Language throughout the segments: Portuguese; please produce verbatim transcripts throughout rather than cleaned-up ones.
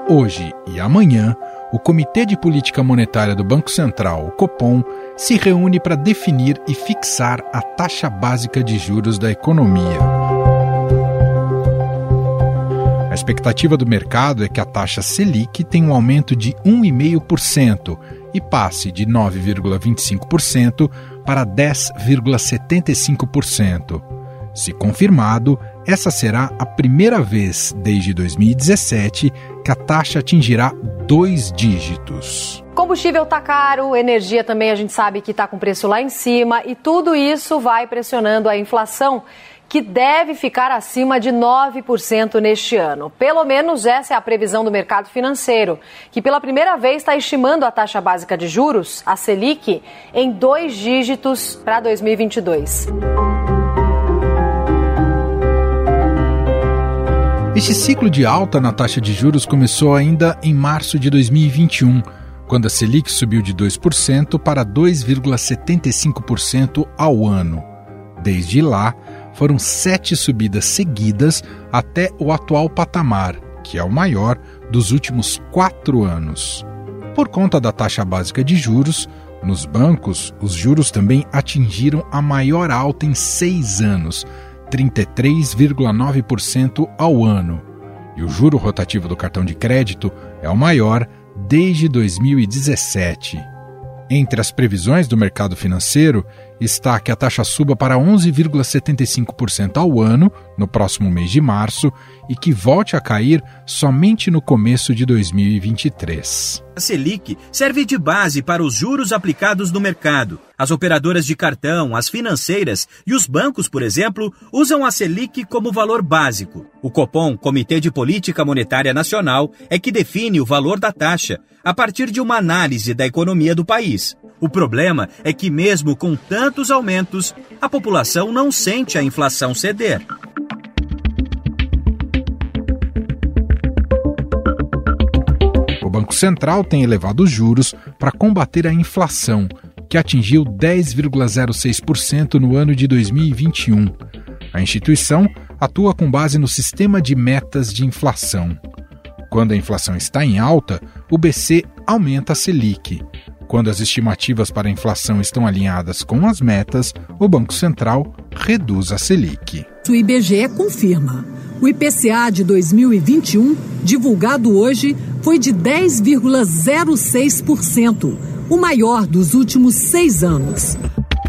Hoje e amanhã, o Comitê de Política Monetária do Banco Central, o Copom, se reúne para definir e fixar a taxa básica de juros da economia. A expectativa do mercado é que a taxa Selic tenha um aumento de um vírgula cinco por cento e passe de nove vírgula vinte e cinco por cento para dez vírgula setenta e cinco por cento. Se confirmado, essa será a primeira vez desde dois mil e dezessete que a taxa atingirá dois dígitos. Combustível está caro, energia também a gente sabe que está com preço lá em cima e tudo isso vai pressionando a inflação, que deve ficar acima de nove por cento neste ano. Pelo menos essa é a previsão do mercado financeiro, que pela primeira vez está estimando a taxa básica de juros, a Selic, em dois dígitos para dois mil e vinte e dois. Este ciclo de alta na taxa de juros começou ainda em março de dois mil e vinte e um, quando a Selic subiu de dois por cento para dois vírgula setenta e cinco por cento ao ano. Desde lá, foram sete subidas seguidas até o atual patamar, que é o maior dos últimos quatro anos. Por conta da taxa básica de juros, nos bancos, os juros também atingiram a maior alta em seis anos, trinta e três vírgula nove por cento ao ano. E o juro rotativo do cartão de crédito é o maior desde dois mil e dezessete. Entre as previsões do mercado financeiro está que a taxa suba para onze vírgula setenta e cinco por cento ao ano, no próximo mês de março, e que volte a cair somente no começo de dois mil e vinte e três. A Selic serve de base para os juros aplicados no mercado. As operadoras de cartão, as financeiras e os bancos, por exemplo, usam a Selic como valor básico. O Copom, Comitê de Política Monetária Nacional, é que define o valor da taxa a partir de uma análise da economia do país. O problema é que, mesmo com tantos aumentos, a população não sente a inflação ceder. O Banco Central tem elevado os juros para combater a inflação, que atingiu dez vírgula zero seis por cento no ano de dois mil e vinte e um. A instituição atua com base no sistema de metas de inflação. Quando a inflação está em alta, o B C aumenta a Selic. Quando as estimativas para a inflação estão alinhadas com as metas, o Banco Central reduz a Selic. O I B G E confirma. O I P C A de dois mil e vinte e um, divulgado hoje, foi de dez vírgula zero seis por cento, o maior dos últimos seis anos.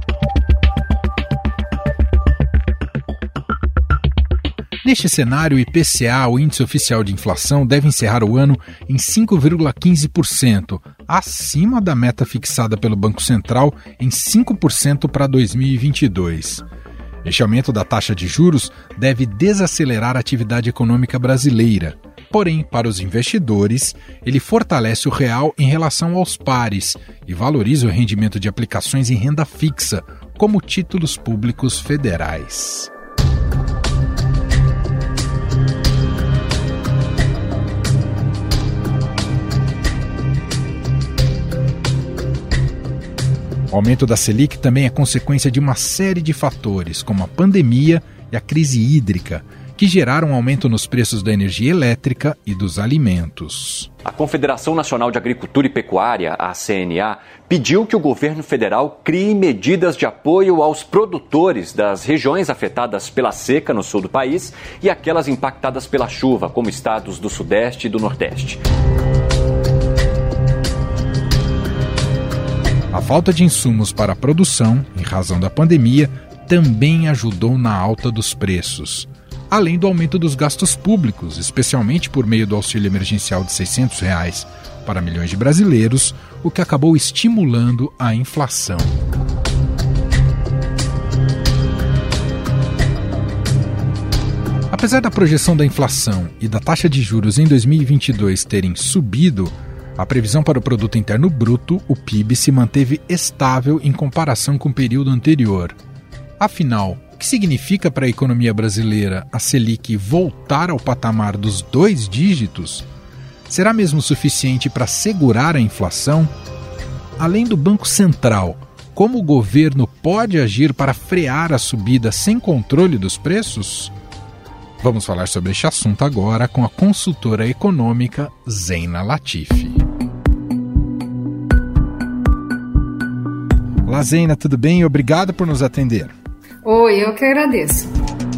Neste cenário, o I P C A, o Índice Oficial de Inflação, deve encerrar o ano em cinco vírgula quinze por cento, acima da meta fixada pelo Banco Central em cinco por cento para dois mil e vinte e dois. Este aumento da taxa de juros deve desacelerar a atividade econômica brasileira. Porém, para os investidores, ele fortalece o real em relação aos pares e valoriza o rendimento de aplicações em renda fixa, como títulos públicos federais. O aumento da Selic também é consequência de uma série de fatores, como a pandemia e a crise hídrica, que geraram um aumento nos preços da energia elétrica e dos alimentos. A Confederação Nacional de Agricultura e Pecuária, a C N A, pediu que o governo federal crie medidas de apoio aos produtores das regiões afetadas pela seca no sul do país e aquelas impactadas pela chuva, como estados do Sudeste e do Nordeste. A falta de insumos para a produção, em razão da pandemia, também ajudou na alta dos preços, além do aumento dos gastos públicos, especialmente por meio do auxílio emergencial de seiscentos reais para milhões de brasileiros, o que acabou estimulando a inflação. Apesar da projeção da inflação e da taxa de juros em dois mil e vinte e dois terem subido, a previsão para o Produto Interno Bruto, o P I B, se manteve estável em comparação com o período anterior. Afinal, o que significa para a economia brasileira a Selic voltar ao patamar dos dois dígitos? Será mesmo suficiente para segurar a inflação? Além do Banco Central, como o governo pode agir para frear a subida sem controle dos preços? Vamos falar sobre este assunto agora com a consultora econômica Zeina Latifi. Olá, Zeina, tudo bem? Obrigado por nos atender. Oi, eu que agradeço.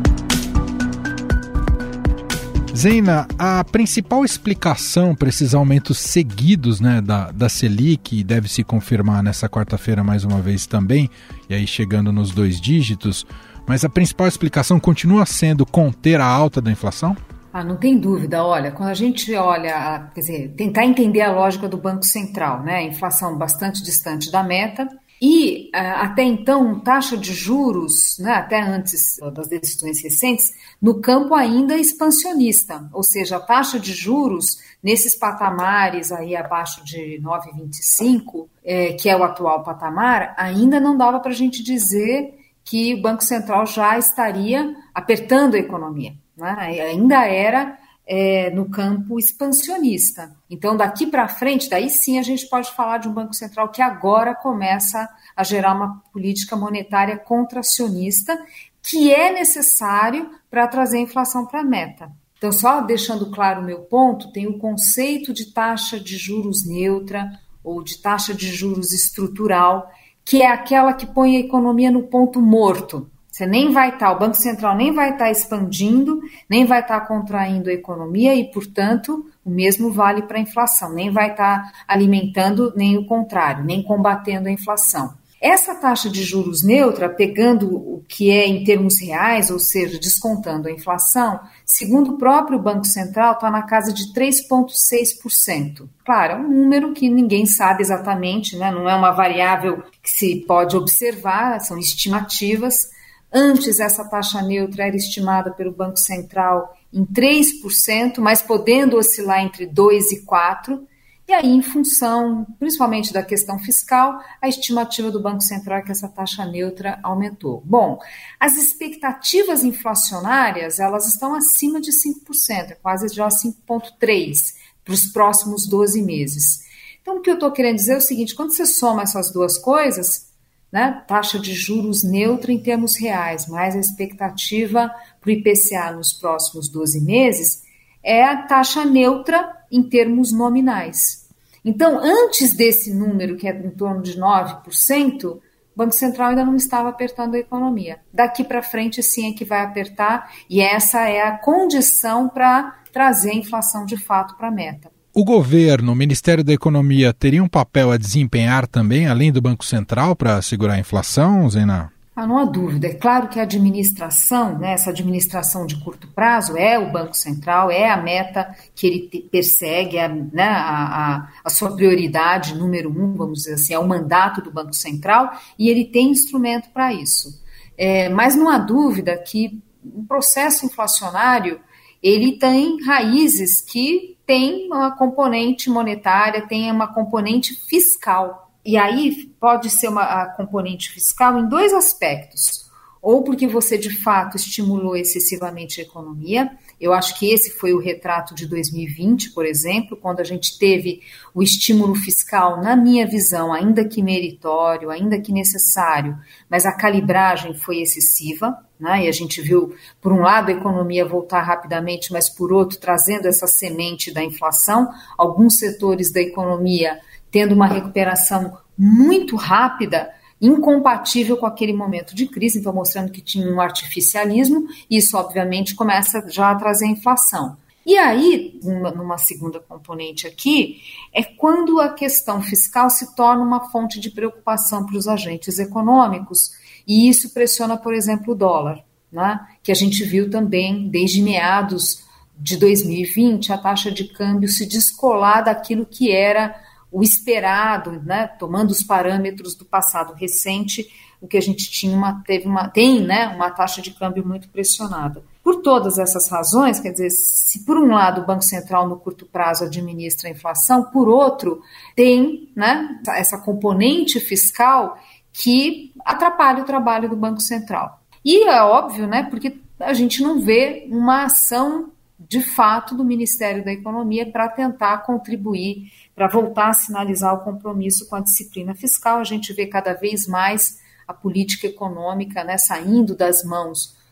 Zeina, a principal explicação para esses aumentos seguidos, né, da, da Selic, deve se confirmar nessa quarta-feira mais uma vez também, e aí chegando nos dois dígitos, mas a principal explicação continua sendo conter a alta da inflação? Ah, não tem dúvida. Olha, quando a gente olha, quer dizer, tentar entender a lógica do Banco Central, né, inflação bastante distante da meta, e até então, taxa de juros, né, até antes das decisões recentes, no campo ainda expansionista, ou seja, a taxa de juros nesses patamares aí abaixo de nove vírgula vinte e cinco, é, que é o atual patamar, ainda não dava para a gente dizer que o Banco Central já estaria apertando a economia, né? Ainda era É, no campo expansionista. Então, daqui para frente, daí sim a gente pode falar de um Banco Central que agora começa a gerar uma política monetária contracionista, que é necessário para trazer a inflação para a meta. Então, só deixando claro o meu ponto, tem o conceito de taxa de juros neutra ou de taxa de juros estrutural, que é aquela que põe a economia no ponto morto. Você nem vai estar, o Banco Central nem vai estar expandindo, nem vai estar contraindo a economia e, portanto, o mesmo vale para a inflação, nem vai estar alimentando nem o contrário, nem combatendo a inflação. Essa taxa de juros neutra, pegando o que é em termos reais, ou seja, descontando a inflação, segundo o próprio Banco Central, está na casa de três vírgula seis por cento. Claro, é um número que ninguém sabe exatamente, né? Não é uma variável que se pode observar, são estimativas. Antes, essa taxa neutra era estimada pelo Banco Central em três por cento, mas podendo oscilar entre dois por cento e quatro por cento. E aí, em função, principalmente da questão fiscal, a estimativa do Banco Central é que essa taxa neutra aumentou. Bom, as expectativas inflacionárias, elas estão acima de cinco por cento, é quase já cinco vírgula três por cento para os próximos doze meses. Então, o que eu estou querendo dizer é o seguinte, quando você soma essas duas coisas, né, taxa de juros neutra em termos reais, mais a expectativa para o I P C A nos próximos doze meses, é a taxa neutra em termos nominais. Então, antes desse número, que é em torno de nove por cento, o Banco Central ainda não estava apertando a economia. Daqui para frente, sim, é que vai apertar, e essa é a condição para trazer a inflação de fato para a meta. O governo, o Ministério da Economia, teria um papel a desempenhar também, além do Banco Central, para segurar a inflação, Zeina? Ah, não há dúvida. É claro que a administração, né, essa administração de curto prazo é o Banco Central, é a meta que ele te, persegue, é, né, a, a, a sua prioridade número um, vamos dizer assim, é o mandato do Banco Central, e ele tem instrumento para isso. É, mas não há dúvida que o processo inflacionário, ele tem raízes que tem uma componente monetária, tem uma componente fiscal. E aí pode ser uma a componente fiscal em dois aspectos. Ou porque você, de fato, estimulou excessivamente a economia. Eu acho que esse foi o retrato de dois mil e vinte, por exemplo, quando a gente teve o estímulo fiscal, na minha visão, ainda que meritório, ainda que necessário, mas a calibragem foi excessiva, né? E a gente viu, por um lado, a economia voltar rapidamente, mas, por outro, trazendo essa semente da inflação, alguns setores da economia tendo uma recuperação muito rápida, incompatível com aquele momento de crise, então mostrando que tinha um artificialismo, e isso obviamente começa já a trazer a inflação. E aí, uma, numa segunda componente aqui, é quando a questão fiscal se torna uma fonte de preocupação para os agentes econômicos, e isso pressiona, por exemplo, o dólar, né? Que a gente viu também desde meados de dois mil e vinte, a taxa de câmbio se descolar daquilo que era o esperado, né, tomando os parâmetros do passado recente, o que a gente tinha uma, teve uma, tem né, uma taxa de câmbio muito pressionada. Por todas essas razões, quer dizer, se por um lado o Banco Central no curto prazo administra a inflação, por outro tem, né, essa componente fiscal que atrapalha o trabalho do Banco Central. E é óbvio, né, porque a gente não vê uma ação de fato do Ministério da Economia para tentar contribuir, para voltar a sinalizar o compromisso com a disciplina fiscal. A gente vê cada vez mais a política econômica, né, saindo das mãos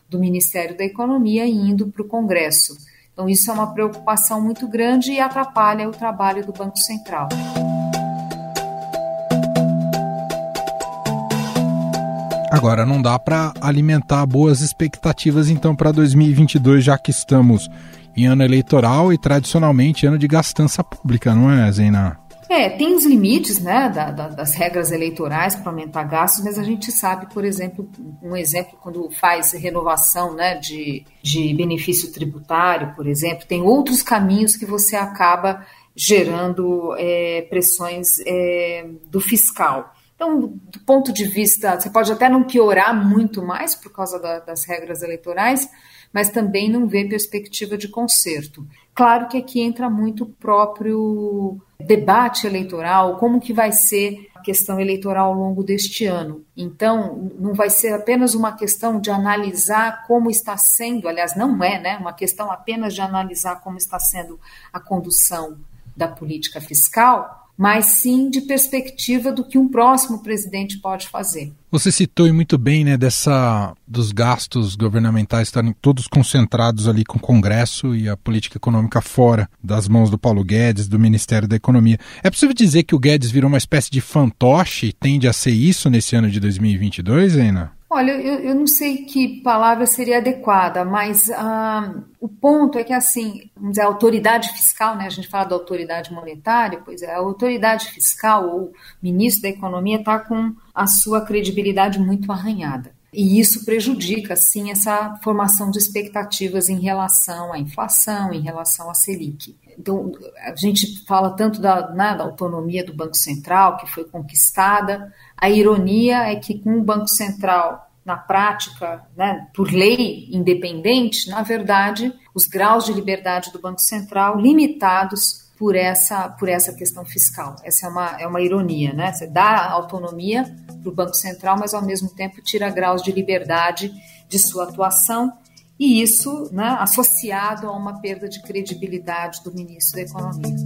do Ministério da Economia indo para o Congresso. Então, isso é uma preocupação muito grande e atrapalha o trabalho do Banco Central. Agora, não dá para alimentar boas expectativas, então, para dois mil e vinte e dois, já que estamos em ano eleitoral e, tradicionalmente, ano de gastança pública, não é, Zeyna? É, tem os limites, né, da, da, das regras eleitorais para aumentar gastos, mas a gente sabe, por exemplo, um exemplo quando faz renovação, né, de, de benefício tributário, por exemplo, tem outros caminhos que você acaba gerando é, pressões é, do fiscal. Então, do ponto de vista, você pode até não piorar muito mais por causa da, das regras eleitorais, mas também não vê perspectiva de conserto. Claro que aqui entra muito o próprio debate eleitoral, como que vai ser a questão eleitoral ao longo deste ano. Então, não vai ser apenas uma questão de analisar como está sendo, aliás, não é, né, uma questão apenas de analisar como está sendo a condução da política fiscal, mas sim de perspectiva do que um próximo presidente pode fazer. Você citou muito bem, né, dessa, dos gastos governamentais estarem todos concentrados ali com o Congresso e a política econômica fora das mãos do Paulo Guedes, do Ministério da Economia. É possível dizer que o Guedes virou uma espécie de fantoche? Tende a ser isso nesse ano de dois mil e vinte e dois, Ana? Olha, eu, eu não sei que palavra seria adequada, mas ah, o ponto é que, assim, vamos dizer, a autoridade fiscal, né, a gente fala da autoridade monetária, pois é, a autoridade fiscal, ou o ministro da Economia, está com a sua credibilidade muito arranhada. E isso prejudica, sim, essa formação de expectativas em relação à inflação, em relação à Selic. Então, a gente fala tanto da, né, da autonomia do Banco Central, que foi conquistada. A ironia é que com o Banco Central, na prática, né, por lei independente, na verdade, os graus de liberdade do Banco Central limitados por essa, por essa questão fiscal. Essa é uma, é uma ironia, né? Você dá autonomia para o Banco Central, mas ao mesmo tempo tira graus de liberdade de sua atuação, e isso, né, associado a uma perda de credibilidade do ministro da Economia.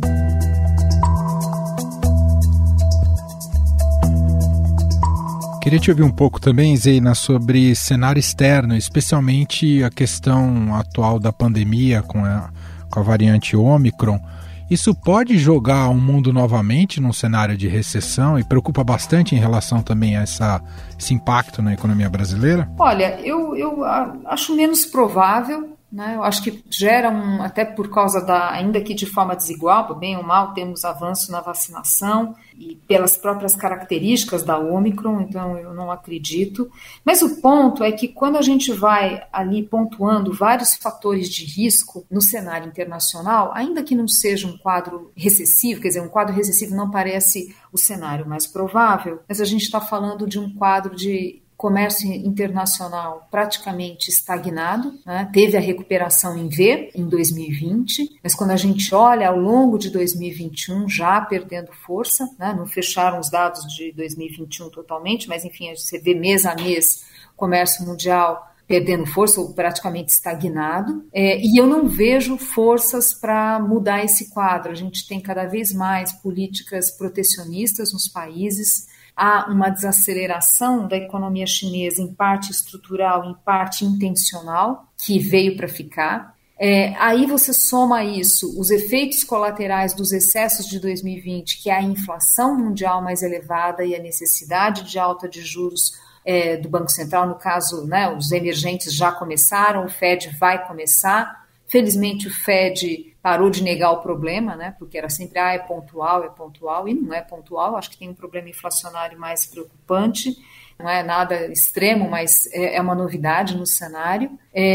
Queria te ouvir um pouco também, Zeyna, sobre cenário externo, especialmente a questão atual da pandemia com a, com a variante Ômicron. Isso pode jogar o mundo novamente num cenário de recessão e preocupa bastante em relação também a essa, esse impacto na economia brasileira? Olha, eu, eu acho menos provável, né? Eu acho que gera um, até por causa da, ainda que de forma desigual, bem ou mal, temos avanço na vacinação e pelas próprias características da Ômicron, então eu não acredito. Mas o ponto é que quando a gente vai ali pontuando vários fatores de risco no cenário internacional, ainda que não seja um quadro recessivo, quer dizer, um quadro recessivo não parece o cenário mais provável, mas a gente está falando de um quadro de comércio internacional praticamente estagnado, né? Teve a recuperação em V em dois mil e vinte, mas quando a gente olha ao longo de dois mil e vinte e um já perdendo força, né? Não fecharam os dados de dois mil e vinte e um totalmente, mas enfim, você vê mês a mês o comércio mundial perdendo força ou praticamente estagnado, é, e eu não vejo forças para mudar esse quadro. A gente tem cada vez mais políticas protecionistas nos países, há uma desaceleração da economia chinesa, em parte estrutural, em parte intencional, que veio para ficar. É, aí você soma a isso os efeitos colaterais dos excessos de dois mil e vinte, que é a inflação mundial mais elevada e a necessidade de alta de juros é, do Banco Central. No caso, né, os emergentes já começaram, o Fed vai começar. Felizmente o Fed parou de negar o problema, né, porque era sempre, ah, é pontual, é pontual, e não é pontual. Acho que tem um problema inflacionário mais preocupante, não é nada extremo, mas é, é uma novidade no cenário.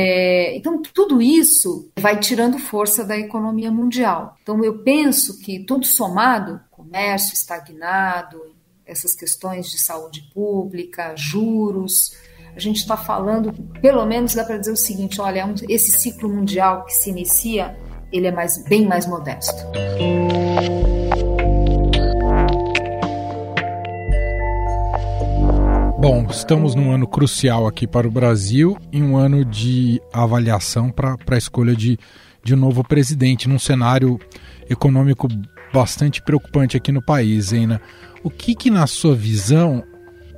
É, então, tudo isso vai tirando força da economia mundial. Então, eu penso que tudo somado, comércio estagnado, essas questões de saúde pública, juros, a gente está falando, pelo menos dá para dizer o seguinte, olha, esse ciclo mundial que se inicia, ele é mais, bem mais modesto. Bom, estamos num ano crucial aqui para o Brasil e um ano de avaliação para a escolha de, de um novo presidente, num cenário econômico bastante preocupante aqui no país, Zeyna. O que, que, na sua visão,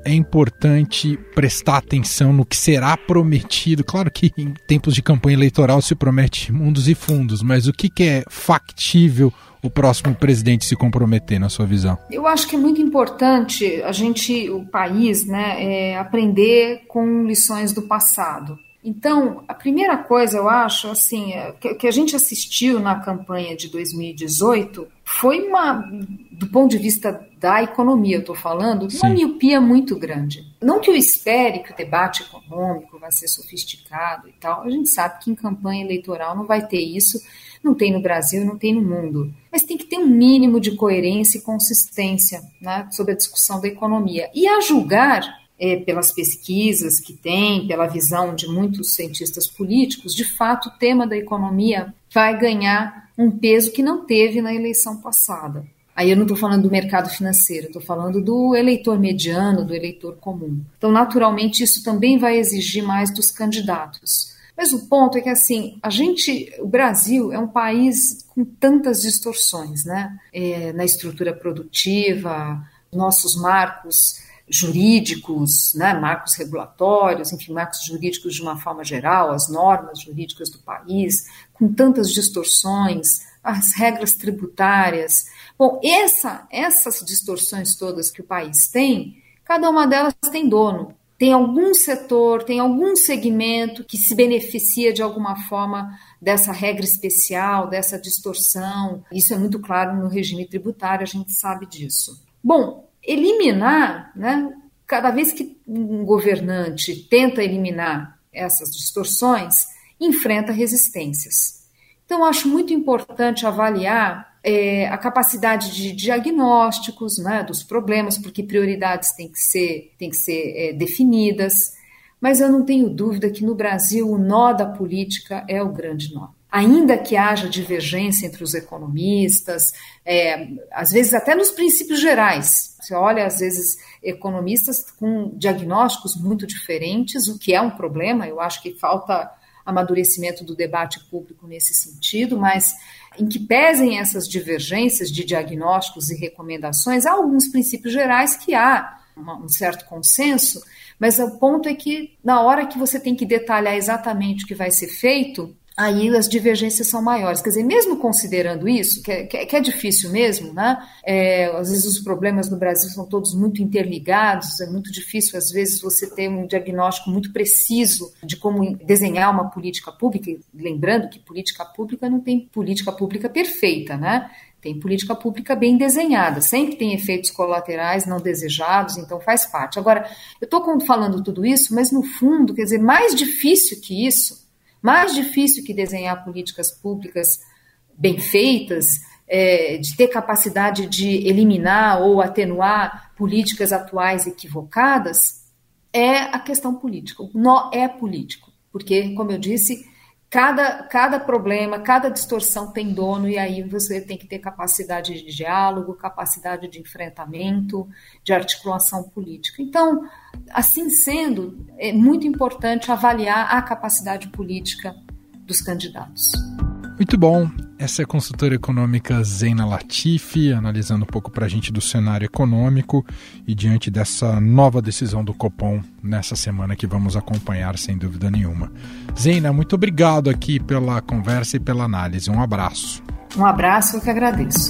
é importante prestar atenção no que será prometido? Claro que em tempos de campanha eleitoral se promete mundos e fundos, mas o que, que é factível o próximo presidente se comprometer, na sua visão? Eu acho que é muito importante a gente, o país, né, é, aprender com lições do passado. Então, a primeira coisa, eu acho, assim, que, que a gente assistiu na campanha de dois mil e dezoito foi uma, do ponto de vista da economia, eu estou falando, uma miopia muito grande. Não que eu espere que o debate econômico vai ser sofisticado e tal, a gente sabe que em campanha eleitoral não vai ter isso, não tem no Brasil, não tem no mundo. Mas tem que ter um mínimo de coerência e consistência, né, sobre a discussão da economia. E a julgar, é, pelas pesquisas que tem, pela visão de muitos cientistas políticos, de fato o tema da economia vai ganhar um peso que não teve na eleição passada. Aí eu não estou falando do mercado financeiro, estou falando do eleitor mediano, do eleitor comum. Então, naturalmente, isso também vai exigir mais dos candidatos. Mas o ponto é que, assim, a gente, o Brasil é um país com tantas distorções, né? É, na estrutura produtiva, nossos marcos jurídicos, né? Marcos regulatórios, enfim, marcos jurídicos de uma forma geral, as normas jurídicas do país, com tantas distorções, as regras tributárias. Bom, essa, essas distorções todas que o país tem, cada uma delas tem dono. Tem algum setor, tem algum segmento que se beneficia de alguma forma dessa regra especial, dessa distorção. Isso é muito claro no regime tributário, a gente sabe disso. Bom, eliminar, né, cada vez que um governante tenta eliminar essas distorções, enfrenta resistências. Então, acho muito importante avaliar é, a capacidade de diagnósticos, né, dos problemas, porque prioridades têm que ser, têm que ser é, definidas, mas eu não tenho dúvida que no Brasil o nó da política é o grande nó. Ainda que haja divergência entre os economistas, é, às vezes até nos princípios gerais. Você olha, às vezes, economistas com diagnósticos muito diferentes, o que é um problema. Eu acho que falta amadurecimento do debate público nesse sentido, mas em que pesem essas divergências de diagnósticos e recomendações, há alguns princípios gerais que há uma, um certo consenso, mas o ponto é que na hora que você tem que detalhar exatamente o que vai ser feito, aí as divergências são maiores. Quer dizer, mesmo considerando isso, que é, que é difícil mesmo, né? É, às vezes os problemas no Brasil são todos muito interligados, é muito difícil, às vezes, você ter um diagnóstico muito preciso de como desenhar uma política pública, lembrando que política pública não tem política pública perfeita, né? Tem política pública bem desenhada, sempre tem efeitos colaterais não desejados, então faz parte. Agora, eu estou falando tudo isso, mas no fundo, quer dizer, mais difícil que isso, mais difícil que desenhar políticas públicas bem feitas, é, de ter capacidade de eliminar ou atenuar políticas atuais equivocadas, é a questão política. O nó é político, porque, como eu disse, cada, cada problema, cada distorção tem dono, e aí você tem que ter capacidade de diálogo, capacidade de enfrentamento, de articulação política. Então, assim sendo, é muito importante avaliar a capacidade política dos candidatos. Muito bom. Essa é a consultora econômica Zeina Latifi, analisando um pouco para a gente do cenário econômico e diante dessa nova decisão do Copom nessa semana que vamos acompanhar sem dúvida nenhuma. Zeina, muito obrigado aqui pela conversa e pela análise. Um abraço. Um abraço, eu que agradeço.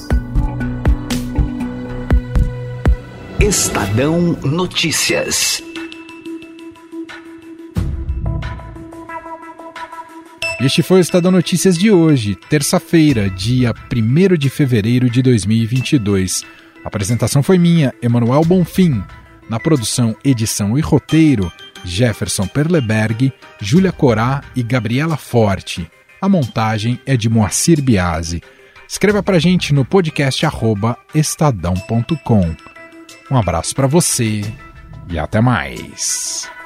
Estadão Notícias. Este foi o Estadão Notícias de hoje, terça-feira, dia primeiro de fevereiro de dois mil e vinte e dois. A apresentação foi minha, Emanuel Bonfim. Na produção, edição e roteiro, Jefferson Perleberg, Júlia Corá e Gabriela Forte. A montagem é de Moacir Biasi. Escreva pra gente no podcast arroba estadão ponto com. Um abraço para você e até mais.